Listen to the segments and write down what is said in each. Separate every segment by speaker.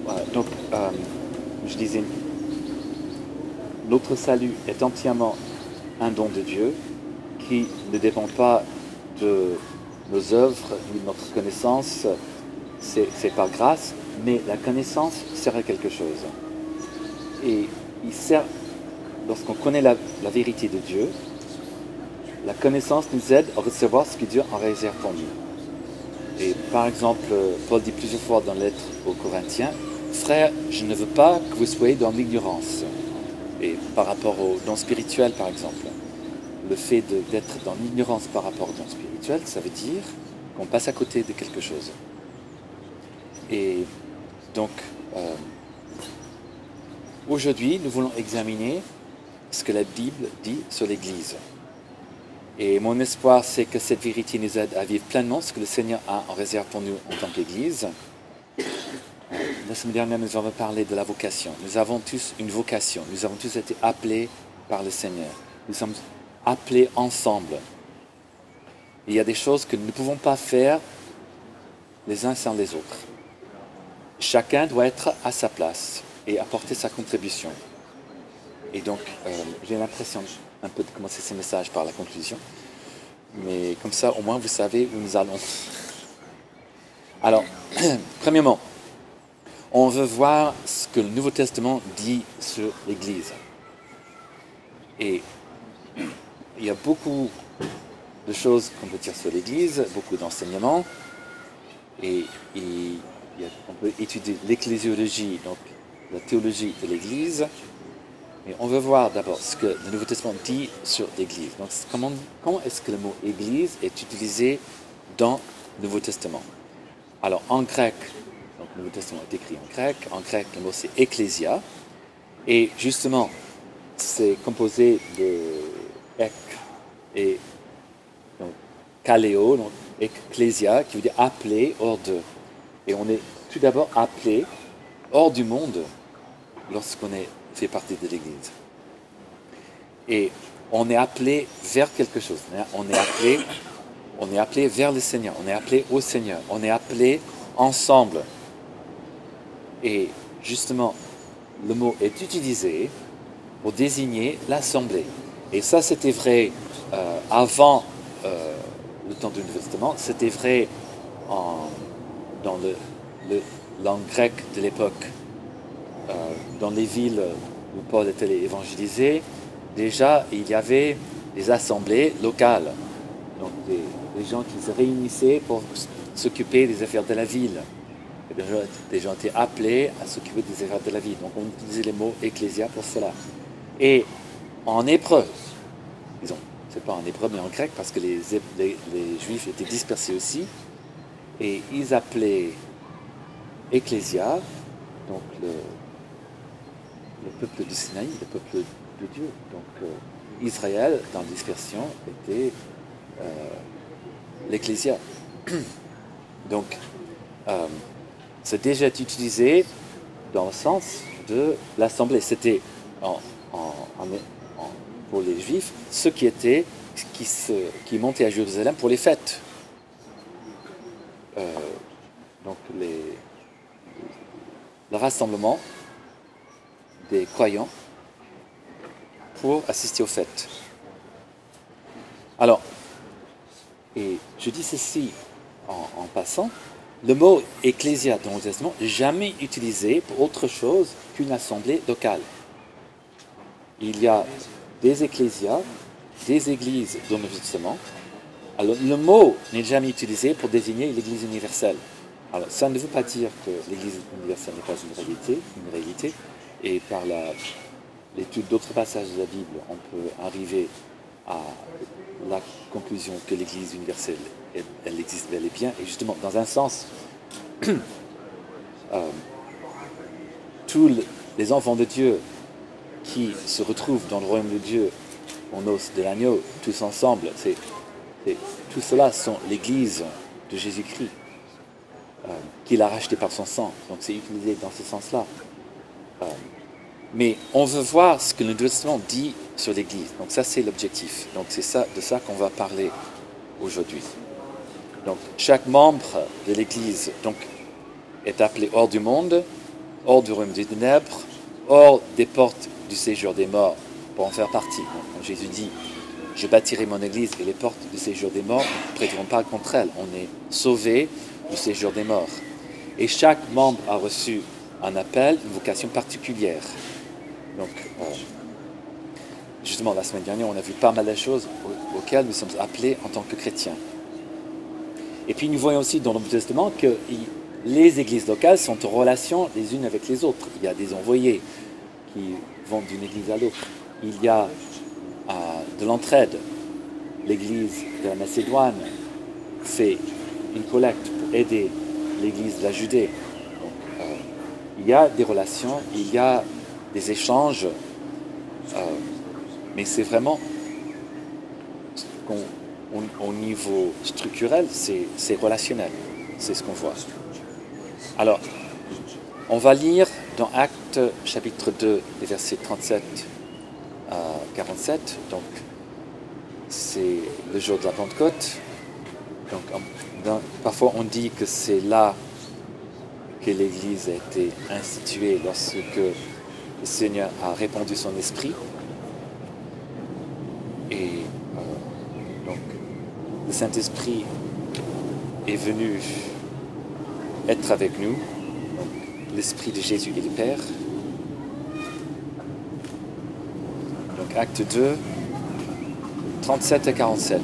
Speaker 1: Voilà, donc, je disais, notre salut est entièrement un don de Dieu qui ne dépend pas de nos œuvres ni de notre connaissance. C'est par grâce, mais la connaissance sert à quelque chose. Et il sert, lorsqu'on connaît la vérité de Dieu, la connaissance nous aide à recevoir ce que Dieu en réserve pour nous. Et par exemple, Paul dit plusieurs fois dans la lettre aux Corinthiens, frères, je ne veux pas que vous soyez dans l'ignorance. Et par rapport au don spirituel, par exemple, le fait d'être dans l'ignorance par rapport au don spirituel, ça veut dire qu'on passe à côté de quelque chose. Et donc, aujourd'hui, nous voulons examiner ce que la Bible dit sur l'Église. Et mon espoir, c'est que cette vérité nous aide à vivre pleinement ce que le Seigneur a en réserve pour nous en tant qu'Église. La semaine dernière, nous avons parlé de la vocation. Nous avons tous une vocation. Nous avons tous été appelés par le Seigneur. Nous sommes appelés ensemble. Il y a des choses que nous ne pouvons pas faire les uns sans les autres. Chacun doit être à sa place et apporter sa contribution. Et donc, j'ai l'impression un peu de commencer ces messages par la conclusion. Mais comme ça, au moins, vous savez où nous allons. Alors, premièrement, on veut voir ce que le Nouveau Testament dit sur l'Église. Et il y a beaucoup de choses qu'on peut dire sur l'Église, beaucoup d'enseignements. Et on peut étudier l'ecclésiologie, donc la théologie de l'Église. Mais on veut voir d'abord ce que le Nouveau Testament dit sur l'Église. Donc, comment est-ce que le mot Église est utilisé dans le Nouveau Testament? Alors, en grec, donc le Nouveau Testament est écrit en grec. En grec, le mot c'est ecclésia. Et justement, c'est composé de ek et donc kaleo, donc ecclésia, qui veut dire appelé hors de. Et on est tout d'abord appelé hors du monde lorsqu'on fait partie de l'Église. Et on est appelé vers quelque chose. On est appelé vers le Seigneur. On est appelé au Seigneur. On est appelé ensemble. Et justement, le mot est utilisé pour désigner l'assemblée. Et ça, c'était vrai avant le temps du Nouveau Testament. C'était vrai dans le langue grecque de l'époque. Dans les villes où Paul était évangélisé, déjà, il y avait des assemblées locales. Donc, des gens qui se réunissaient pour s'occuper des affaires de la ville. Et des gens étaient appelés à s'occuper des affaires de la ville. Donc, on utilisait les mots ecclésia pour cela. Et en hébreu, disons, c'est pas en hébreu, mais en grec, parce que les Juifs étaient dispersés aussi, et ils appelaient ecclésia, donc le peuple du Sinaï, le peuple de Dieu. Donc Israël, dans la dispersion, était l'Ecclésia. Donc, c'est déjà utilisé dans le sens de l'assemblée. C'était pour les Juifs ceux qui montaient à Jérusalem pour les fêtes. Donc, le rassemblement des croyants pour assister aux fêtes. Alors, et je dis ceci en passant, le mot ecclésia dans le Testament n'est jamais utilisé pour autre chose qu'une assemblée locale. Il y a des ecclésias, des églises dans le Testament. Alors, le mot n'est jamais utilisé pour désigner l'Église universelle. Alors, ça ne veut pas dire que l'Église universelle n'est pas une réalité, et par l'étude d'autres passages de la Bible, on peut arriver à la conclusion que l'Église universelle, elle existe bel et bien, et justement, dans un sens, tous les enfants de Dieu qui se retrouvent dans le royaume de Dieu, en noces de l'agneau, tous ensemble, tout cela sont l'Église de Jésus-Christ, qu'il a racheté par son sang. Donc c'est utilisé dans ce sens-là. Mais on veut voir ce que le Nouveau Testament dit sur l'Église. Donc ça, c'est l'objectif. Donc c'est de ça qu'on va parler aujourd'hui. Donc chaque membre de l'Église est appelé hors du monde hors du royaume des ténèbres, hors des portes du séjour des morts, pour en faire partie. Quand Jésus dit « Je bâtirai mon église et les portes du séjour des morts ne prétendront pas contre elle ». On est sauvé du séjour des morts. Et chaque membre a reçu un appel, une vocation particulière. Donc, justement, la semaine dernière, on a vu pas mal de choses auxquelles nous sommes appelés en tant que chrétiens. Et puis, nous voyons aussi dans le Nouveau Testament que les églises locales sont en relation les unes avec les autres. Il y a des envoyés qui vont d'une église à l'autre. Il y a de l'entraide. L'église de la Macédoine fait une collecte pour aider l'église de la Judée. Donc, il y a des relations, il y a des échanges, mais c'est vraiment au niveau structurel, c'est relationnel. C'est ce qu'on voit. Alors, on va lire dans Actes chapitre 2, les versets 37 à 47. Donc, c'est le jour de la Pentecôte. Donc, parfois on dit que c'est là que l'Église a été instituée lorsque le Seigneur a répandu son esprit. Et donc, le Saint-Esprit est venu être avec nous, donc, l'Esprit de Jésus et le Père. Donc, Acte 2, 37 à 47.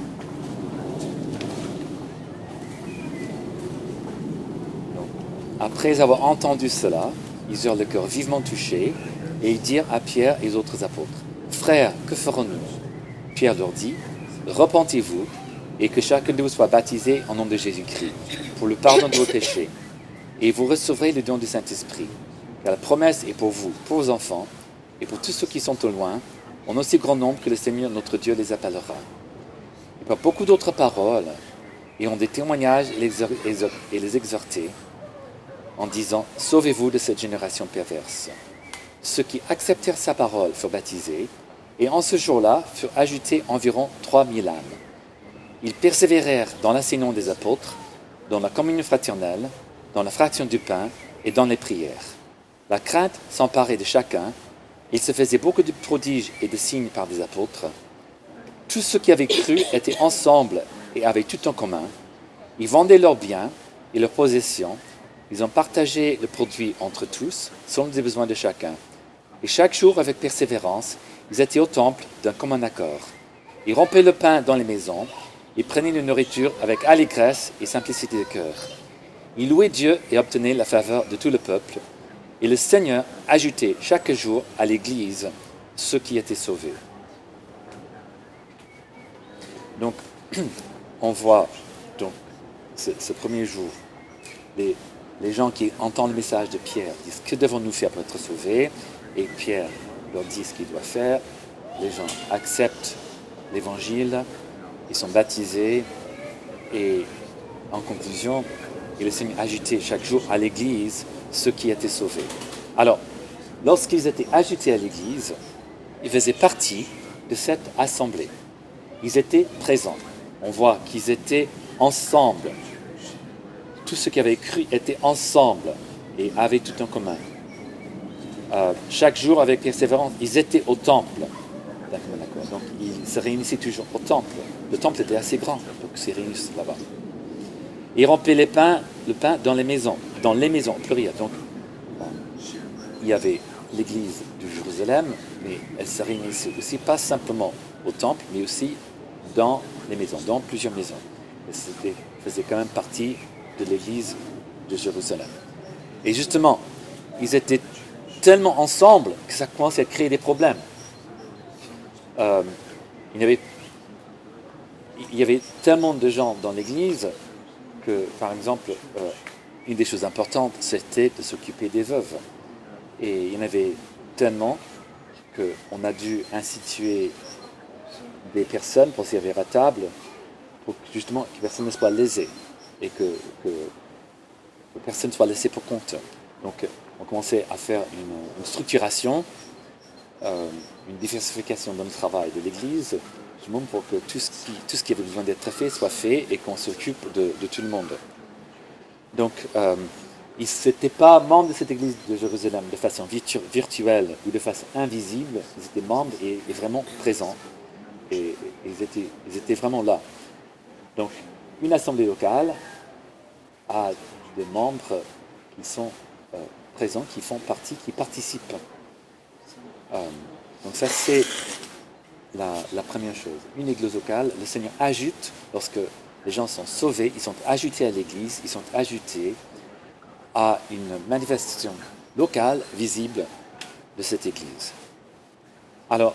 Speaker 1: Après avoir entendu cela, ils eurent le cœur vivement touché, et ils dirent à Pierre et aux autres apôtres, « Frères, que ferons-nous » Pierre leur dit, « Repentez-vous, et que chacun de vous soit baptisé en nom de Jésus-Christ, pour le pardon de vos péchés, et vous recevrez le don du Saint-Esprit. Car la promesse est pour vous, pour vos enfants, et pour tous ceux qui sont au loin, en aussi grand nombre que le Seigneur notre Dieu les appellera. » Et par beaucoup d'autres paroles, et en des témoignages, et les exhorter, en disant « Sauvez-vous de cette génération perverse. » Ceux qui acceptèrent sa parole furent baptisés, et en ce jour-là furent ajoutés environ 3000 âmes. Ils persévérèrent dans l'enseignement des apôtres, dans la communion fraternelle, dans la fraction du pain et dans les prières. La crainte s'emparait de chacun, il se faisait beaucoup de prodiges et de signes par des apôtres. Tous ceux qui avaient cru étaient ensemble et avaient tout en commun. Ils vendaient leurs biens et leurs possessions. Ils ont partagé le produit entre tous, selon les besoins de chacun. Et chaque jour, avec persévérance, ils étaient au temple d'un commun accord. Ils rompaient le pain dans les maisons. Ils prenaient la nourriture avec allégresse et simplicité de cœur. Ils louaient Dieu et obtenaient la faveur de tout le peuple. Et le Seigneur ajoutait chaque jour à l'Église ceux qui étaient sauvés. Donc, on voit donc ce premier jour, les gens qui entendent le message de Pierre disent « Que devons-nous faire pour être sauvés ?» Et Pierre leur dit ce qu'il doit faire. Les gens acceptent l'évangile, ils sont baptisés et en conclusion, il le Seigneur ajoutait chaque jour à l'Église ceux qui étaient sauvés. Alors, lorsqu'ils étaient ajoutés à l'Église, ils faisaient partie de cette assemblée. Ils étaient présents. On voit qu'ils étaient ensemble. Tous ceux qui avaient cru étaient ensemble et avaient tout en commun. Chaque jour, avec persévérance, ils étaient au temple. Donc, ils se réunissaient toujours au temple. Le temple était assez grand pour qu'ils se réunissent là-bas. Ils rompaient le pain dans les maisons, pluriel. Donc, il y avait l'église de Jérusalem, mais elle se réunissait aussi, pas simplement au temple, mais aussi dans les maisons, dans plusieurs maisons. Et faisait quand même partie de l'église de Jérusalem. Et justement, ils étaient tellement ensemble que ça commençait à créer des problèmes. Il y avait tellement de gens dans l'église que, par exemple, une des choses importantes, c'était de s'occuper des veuves. Et il y en avait tellement qu'on a dû instituer des personnes pour servir à table, pour que, justement que personne ne soit lésé et que personne ne soit laissé pour compte. Donc on commençait à faire une structuration, une diversification dans le travail de l'Église, pour que tout ce qui avait besoin d'être fait soit fait et qu'on s'occupe de tout le monde. Donc ils n'étaient pas membres de cette église de Jérusalem de façon virtuelle ou de façon invisible. Ils étaient membres et vraiment présents. Et ils étaient vraiment là. Donc, une assemblée locale a des membres qui sont présents, qui font partie, qui participent. Donc ça, c'est la première chose. Une église locale, le Seigneur ajoute, lorsque les gens sont sauvés, ils sont ajoutés à l'église, ils sont ajoutés à une manifestation locale, visible de cette église. Alors,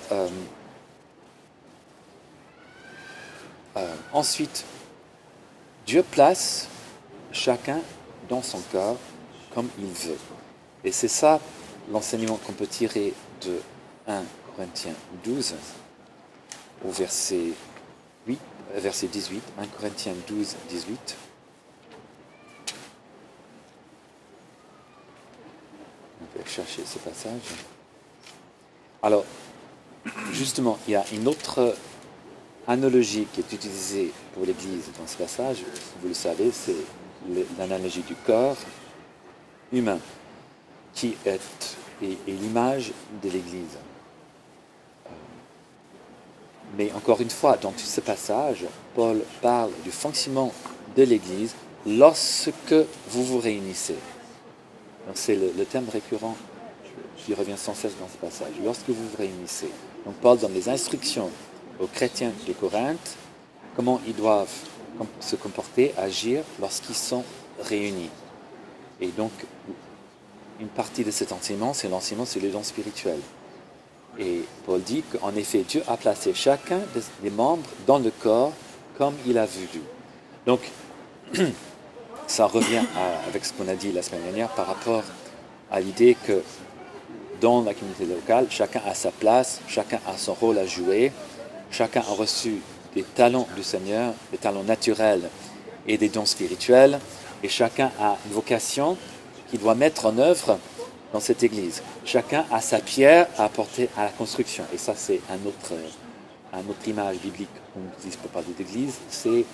Speaker 1: ensuite, Dieu place chacun dans son cœur comme il veut. Et c'est ça l'enseignement qu'on peut tirer de 1 Corinthiens 12 au verset 18, 1 Corinthiens 12, 18. On va chercher ce passage. Alors, justement, il y a une autre analogie qui est utilisée pour l'Église dans ce passage. Vous le savez, c'est l'analogie du corps humain qui est l'image de l'Église. Mais encore une fois, dans tout ce passage, Paul parle du fonctionnement de l'Église lorsque vous vous réunissez. Donc c'est le thème récurrent qui revient sans cesse dans ce passage. Lorsque vous vous réunissez. Donc Paul donne les instructions aux chrétiens de Corinthe, comment ils doivent se comporter, agir lorsqu'ils sont réunis. Et donc, une partie de cet enseignement, c'est l'enseignement sur les dons spirituels. Et Paul dit qu'en effet, Dieu a placé chacun des membres dans le corps comme il a voulu. Donc, ça revient avec ce qu'on a dit la semaine dernière par rapport à l'idée que dans la communauté locale, chacun a sa place, chacun a son rôle à jouer, chacun a reçu des talents du Seigneur, des talents naturels et des dons spirituels, et chacun a une vocation qu'il doit mettre en œuvre dans cette église. Chacun a sa pierre à apporter à la construction. Et ça, c'est un autre image biblique qu'on utilise pour parler d'église, c'est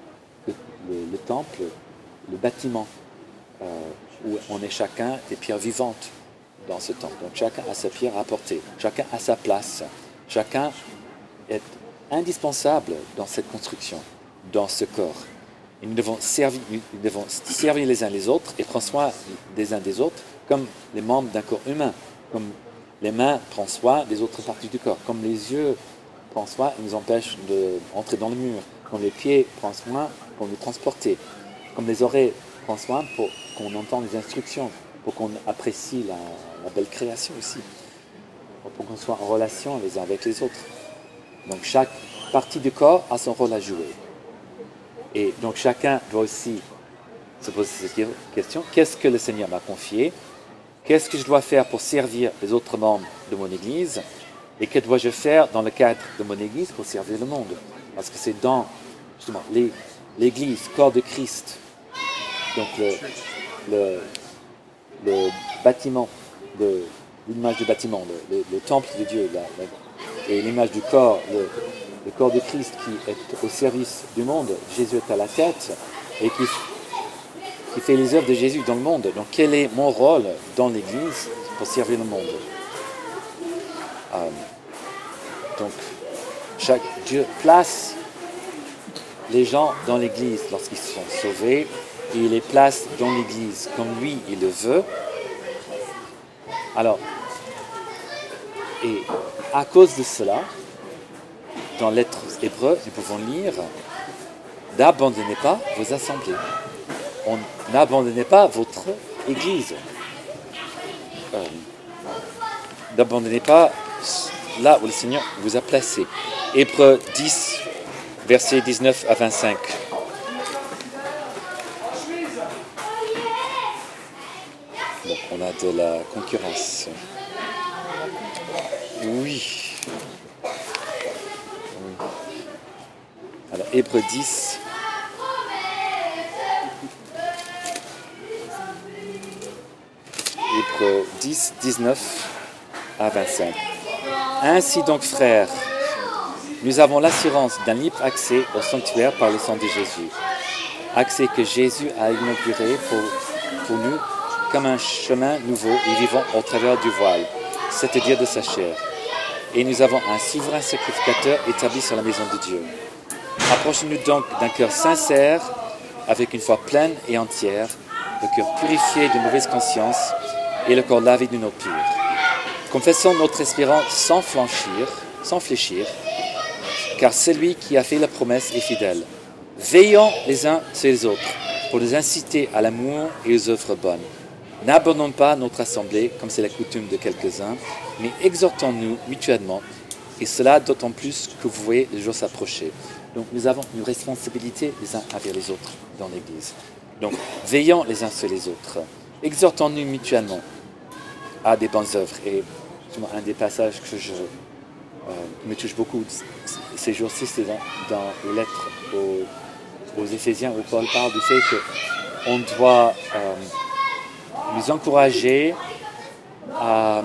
Speaker 1: le temple, le bâtiment, où on est chacun des pierres vivantes dans ce temple. Donc chacun a sa pierre à apporter, chacun a sa place, chacun est indispensable dans cette construction, dans ce corps. Et nous devons servir les uns les autres et prendre soin des uns des autres comme les membres d'un corps humain, comme les mains prennent soin des autres parties du corps, comme les yeux prennent soin et nous empêchent d'entrer dans le mur, comme les pieds prennent soin pour nous transporter, comme les oreilles prennent soin pour qu'on entende les instructions, pour qu'on apprécie la belle création aussi, pour qu'on soit en relation les uns avec les autres. Donc chaque partie du corps a son rôle à jouer. Et donc chacun doit aussi se poser cette question, qu'est-ce que le Seigneur m'a confié? Qu'est-ce que je dois faire pour servir les autres membres de mon Église? Et que dois-je faire dans le cadre de mon Église pour servir le monde? Parce que c'est dans justement l'Église, corps de Christ, donc le bâtiment, l'image du bâtiment, le temple de Dieu, et l'image du corps, le corps de Christ qui est au service du monde. Jésus est à la tête et qui fait les œuvres de Jésus dans le monde. Donc quel est mon rôle dans l'Église pour servir le monde? Donc Dieu place les gens dans l'Église lorsqu'ils sont sauvés et il les place dans l'Église comme lui il le veut. Alors, et à cause de cela, dans l'être hébreu, nous pouvons lire « N'abandonnez pas vos assemblées ». N'abandonnez pas votre Église. N'abandonnez pas là où le Seigneur vous a placé. Hébreux 10, versets 19 à 25. Donc on a de la concurrence. Oui. Alors Hébreux 10. Hébreux 10, 19 à 25. Ainsi donc, frères, nous avons l'assurance d'un libre accès au sanctuaire par le sang de Jésus. Accès que Jésus a inauguré pour nous comme un chemin nouveau et vivons au travers du voile, c'est-à-dire de sa chair. Et nous avons un souverain sacrificateur établi sur la maison de Dieu. Approchons-nous donc d'un cœur sincère, avec une foi pleine et entière, le cœur purifié de mauvaise conscience et le corps lavé d'une eau pure. Confessons notre espérance sans fléchir, car celui qui a fait la promesse est fidèle. Veillons les uns sur les autres pour nous inciter à l'amour et aux œuvres bonnes. N'abandonnons pas notre assemblée, comme c'est la coutume de quelques-uns, mais exhortons-nous mutuellement, et cela d'autant plus que vous voyez les jours s'approcher. Donc nous avons une responsabilité les uns envers les autres dans l'Église. Donc veillons les uns sur les autres, exhortons-nous mutuellement à des bonnes œuvres. Et un des passages que me touche beaucoup ces jours-ci, c'est dans les lettres aux Éphésiens, où Paul parle du fait qu'on doit nous encourager à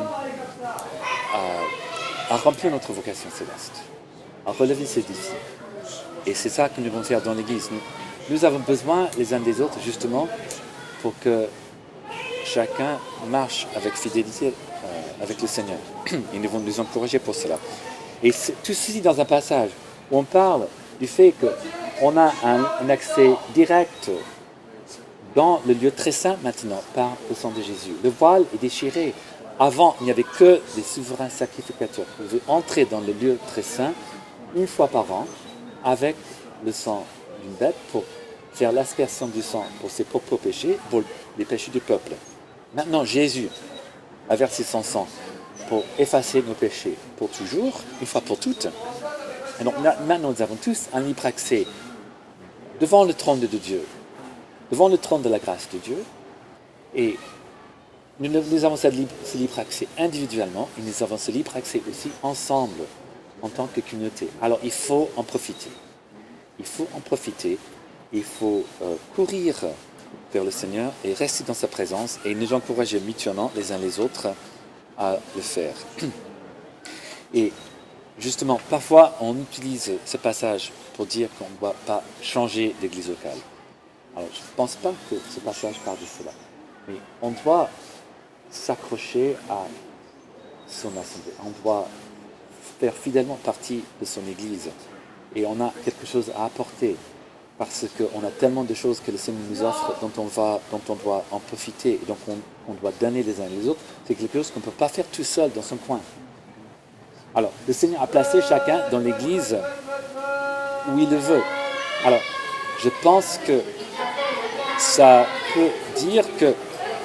Speaker 1: remplir notre vocation céleste, à relever ces défis. Et c'est ça que nous devons faire dans l'Église. Nous avons besoin les uns des autres, justement, pour que chacun marche avec fidélité avec le Seigneur. Et nous devons nous encourager pour cela. Et tout ceci dans un passage où on parle du fait qu'on a un accès direct dans le lieu très saint maintenant par le sang de Jésus. Le voile est déchiré. Avant, il n'y avait que des souverains sacrificateurs qui pouvaient entrer dans le lieu très saint une fois par an avec le sang d'une bête pour faire l'aspersion du sang pour ses propres péchés, pour les péchés du peuple. Maintenant, Jésus a versé son sang pour effacer nos péchés pour toujours, une fois pour toutes. Et donc maintenant, nous avons tous un libre accès devant le trône de Dieu, devant le trône de la grâce de Dieu. Et nous avons ce libre accès individuellement, et nous avons ce libre accès aussi ensemble, en tant que communauté. Alors il faut en profiter. Il faut en profiter. Il faut courir vers le Seigneur et rester dans sa présence et nous encourager mutuellement les uns les autres à le faire. Et justement, parfois on utilise ce passage pour dire qu'on ne doit pas changer d'église locale. Alors je ne pense pas que ce passage parle de cela, mais on doit s'accrocher à son assemblée. On doit faire fidèlement partie de son église et on a quelque chose à apporter. Parce qu'on a tellement de choses que le Seigneur nous offre, dont on doit en profiter, et donc on doit donner les uns les autres. C'est quelque chose qu'on ne peut pas faire tout seul dans son coin. Alors, le Seigneur a placé chacun dans l'église où il le veut. Alors, je pense que ça peut dire qu'il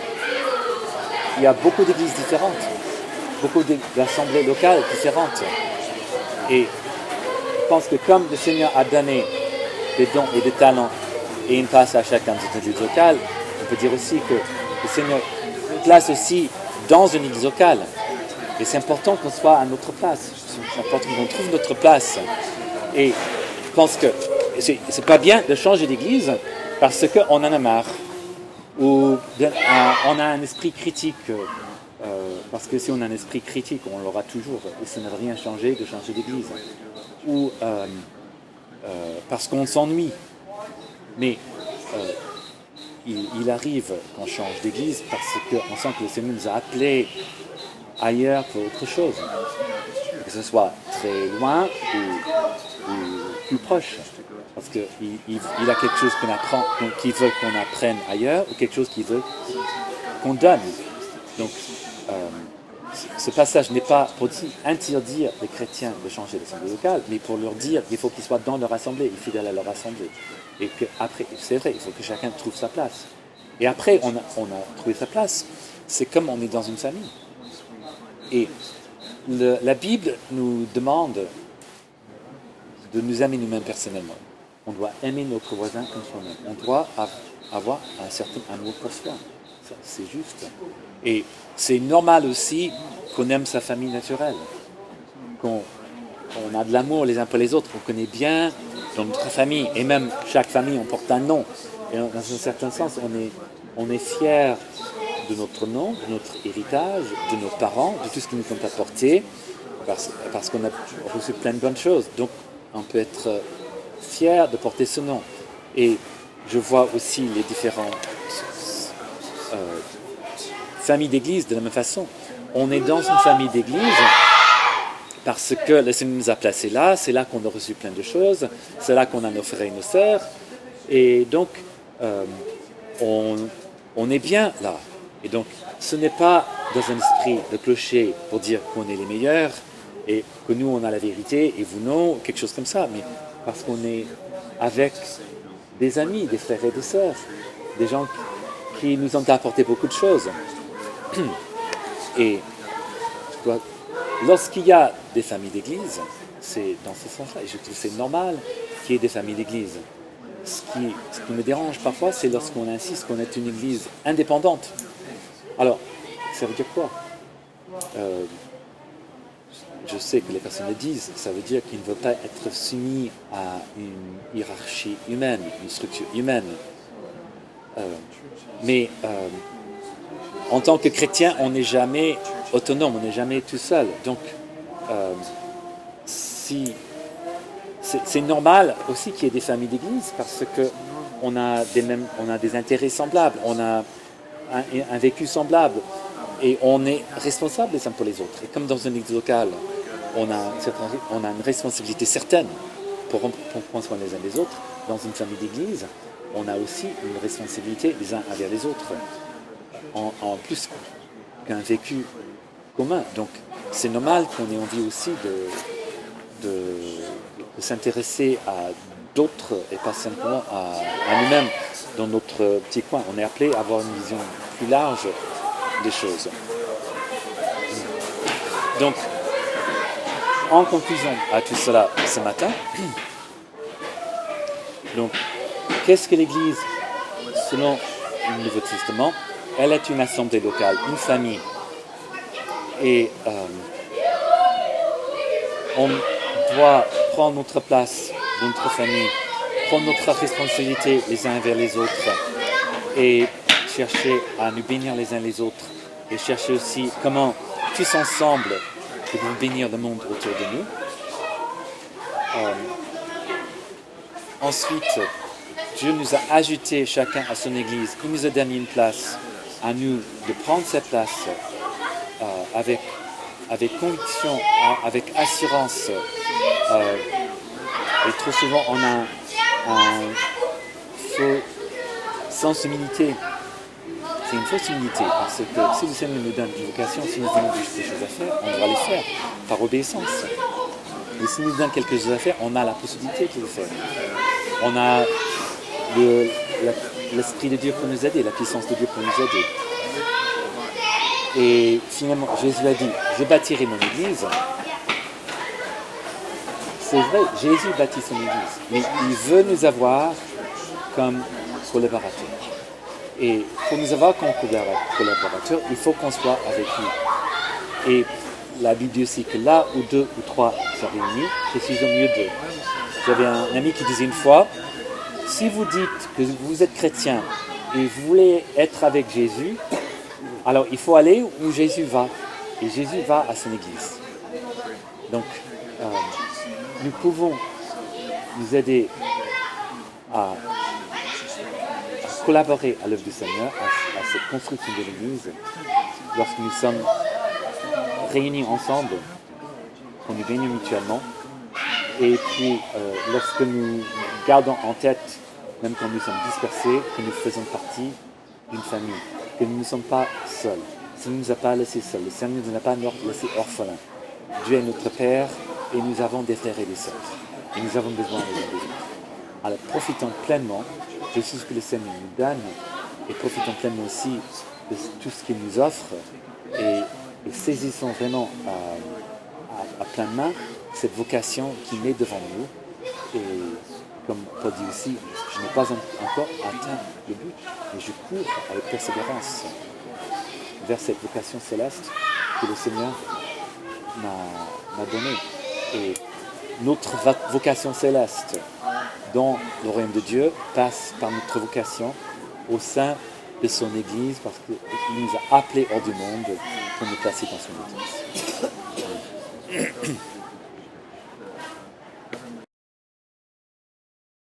Speaker 1: y a beaucoup d'églises différentes, beaucoup d'assemblées locales différentes. Et je pense que comme le Seigneur a donné des dons et des talents et une place à chacun de cette église locale, on peut dire aussi que le Seigneur nous place aussi dans une église locale. Et c'est important qu'on soit à notre place. C'est important qu'on trouve notre place. Et je pense que c'est pas bien de changer d'église parce qu'on en a marre. Ou on a un esprit critique. Parce que si on a un esprit critique, on l'aura toujours. Et ça n'a rien changé de changer d'église. Ou parce qu'on s'ennuie. Mais il arrive qu'on change d'église parce qu'on sent que le Seigneur nous a appelés ailleurs pour autre chose. Que ce soit très loin ou plus proche. Parce qu'il a quelque chose qu'on apprend, qu'il veut qu'on apprenne ailleurs ou quelque chose qu'il veut qu'on donne. Donc, ce passage n'est pas pour interdire les chrétiens de changer l'assemblée locale, mais pour leur dire qu'il faut qu'ils soient dans leur assemblée et fidèles à leur assemblée. Et qu'après, c'est vrai, il faut que chacun trouve sa place. Et après, on a trouvé sa place. C'est comme on est dans une famille. Et la Bible nous demande de nous aimer nous-mêmes personnellement. On doit aimer notre voisin comme soi-même. On doit avoir un certain amour pour soi. Ça, c'est juste. Et c'est normal aussi qu'on aime sa famille naturelle. Qu'on a de l'amour les uns pour les autres. On connaît bien dans notre famille. Et même chaque famille, on porte un nom. Et dans un certain sens, on est fier de notre nom, de notre héritage, de nos parents, de tout ce qu'ils nous ont apporté, parce qu'on a reçu plein de bonnes choses. Donc, on peut être fier de porter ce nom. Et je vois aussi les différents famille d'église de la même façon. On est dans une famille d'église parce que le Seigneur nous a placés là, c'est là qu'on a reçu plein de choses, c'est là qu'on a nos frères et nos sœurs, et donc on est bien là. Et donc ce n'est pas dans un esprit de clocher pour dire qu'on est les meilleurs et que nous on a la vérité et vous non, quelque chose comme ça, mais parce qu'on est avec des amis, des frères et des sœurs, des gens qui nous ont apporté beaucoup de choses. Et lorsqu'il y a des familles d'église, c'est dans ce sens-là, et je trouve que c'est normal qu'il y ait des familles d'église. Ce qui me dérange parfois, c'est lorsqu'on insiste qu'on est une église indépendante. Alors, ça veut dire quoi? Je sais que les personnes le disent, ça veut dire qu'ils ne veulent pas être soumis à une hiérarchie humaine, une structure humaine. Mais en tant que chrétien, on n'est jamais autonome, on n'est jamais tout seul. Donc, c'est normal aussi qu'il y ait des familles d'église parce qu'on a des intérêts semblables, on a un vécu semblable et on est responsable les uns pour les autres. Et comme dans une église locale, on a une responsabilité certaine pour prendre soin les uns des autres. Dans une famille d'église, on a aussi une responsabilité les uns envers les autres, en plus qu'un vécu commun. Donc c'est normal qu'on ait envie aussi de s'intéresser à d'autres et pas simplement à nous-mêmes dans notre petit coin. On est appelé à avoir une vision plus large des choses. Donc, en conclusion à tout cela ce matin, donc, qu'est-ce que l'Église, selon le Nouveau Testament? Elle est une assemblée locale, une famille. Et on doit prendre notre place dans notre famille, prendre notre responsabilité les uns vers les autres et chercher à nous bénir les uns les autres et chercher aussi comment tous ensemble nous pouvons bénir le monde autour de nous. Ensuite, Dieu nous a ajouté chacun à son Église. Il nous a donné une place, à nous de prendre cette place avec conviction, avec assurance. Et trop souvent, on a un faux sens d'humilité. C'est une fausse humilité, parce que si le Seigneur nous donne une vocation, si nous avons des choses à faire, on doit les faire par obéissance. Et s'il nous donne quelque chose à faire, on a la possibilité de le faire. On a l'Esprit de Dieu pour nous aider, la puissance de Dieu pour nous aider. Et finalement, Jésus a dit, je bâtirai mon Église. C'est vrai, Jésus bâtit son Église, mais il veut nous avoir comme collaborateurs. Et pour nous avoir comme collaborateurs, il faut qu'on soit avec lui. Et la Bible dit aussi que là où 2 ou 3 sont réunis, je suis au milieu d'eux. J'avais un ami qui disait une fois, si vous dites que vous êtes chrétien et vous voulez être avec Jésus, alors il faut aller où Jésus va. Et Jésus va à son Église. Donc, nous pouvons nous aider à collaborer à l'œuvre du Seigneur, à cette construction de l'Église, lorsque nous sommes réunis ensemble, qu'on nous bénit mutuellement, et puis lorsque nous gardons en tête, même quand nous sommes dispersés, que nous faisons partie d'une famille, que nous ne sommes pas seuls. Le Seigneur ne nous a pas laissés seuls, le Seigneur ne nous a pas laissés orphelins. Dieu est notre Père et nous avons des frères et des sœurs. Et nous avons besoin les uns des autres. Alors profitons pleinement de tout ce que le Seigneur nous donne et profitons pleinement aussi de tout ce qu'il nous offre et saisissons vraiment à plein main cette vocation qui met devant nous. Et comme Paul dit aussi, je n'ai pas encore atteint le but, mais je cours avec persévérance vers cette vocation céleste que le Seigneur m'a donnée. Et notre vocation céleste dans le royaume de Dieu passe par notre vocation au sein de son Église, parce qu'il nous a appelés hors du monde pour nous placer dans son Église.